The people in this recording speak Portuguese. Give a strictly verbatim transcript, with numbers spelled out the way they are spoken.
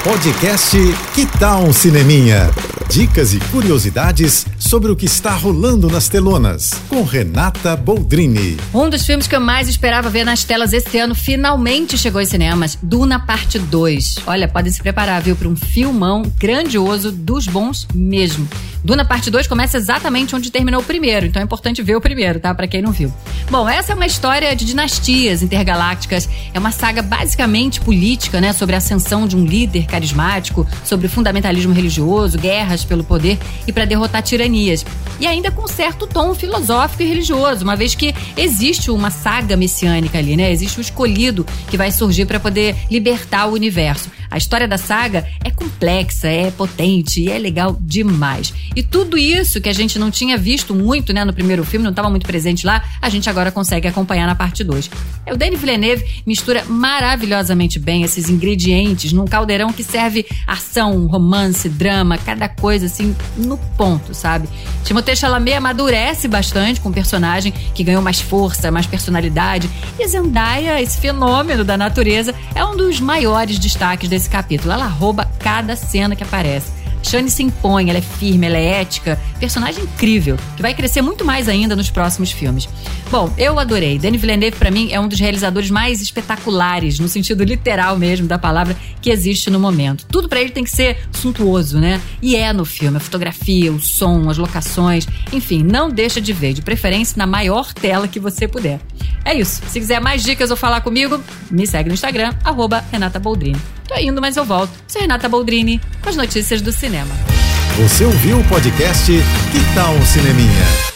Podcast Que Tal um Cineminha? Dicas e curiosidades sobre o que está rolando nas telonas, com Renata Boldrini. Um dos filmes que eu mais esperava ver nas telas esse ano finalmente chegou aos cinemas, Duna Parte dois. Olha, podem se preparar, viu, para um filmão grandioso dos bons mesmo. Duna Parte dois começa exatamente onde terminou o primeiro, então é importante ver o primeiro, tá? Pra quem não viu. Bom, essa é uma história de dinastias intergalácticas, é uma saga basicamente política, né? Sobre a ascensão de um líder carismático, sobre o fundamentalismo religioso, guerras pelo poder e para derrotar tiranias. E ainda com certo tom filosófico e religioso, uma vez que existe uma saga messiânica ali, né? Existe o escolhido que vai surgir para poder libertar o universo. A história da saga é complexa, é potente e é legal demais. E tudo isso que a gente não tinha visto muito, né, no primeiro filme, não estava muito presente lá, a gente agora consegue acompanhar na parte dois. O Denis Villeneuve mistura maravilhosamente bem esses ingredientes num caldeirão que serve ação, romance, drama, cada coisa assim no ponto, sabe? Timothée Chalamet amadurece bastante com o personagem que ganhou mais força, mais personalidade. E Zendaya, esse fenômeno da natureza, é um dos maiores destaques desse capítulo. Ela rouba cada cena que aparece. Shani se impõe, ela é firme, ela é ética, personagem incrível, que vai crescer muito mais ainda nos próximos filmes. Bom, eu adorei. Denis Villeneuve, pra mim, é um dos realizadores mais espetaculares, no sentido literal mesmo da palavra, que existe no momento. Tudo pra ele tem que ser suntuoso, né? E é no filme, a fotografia, o som, as locações, enfim, não deixa de ver, de preferência na maior tela que você puder. É isso. Se quiser mais dicas ou falar comigo, me segue no Instagram, arroba Renata Boldrini. Tô indo, mas eu volto. Sou Renata Boldrini, com as notícias do cinema. Você ouviu o podcast Que Tal um Cineminha?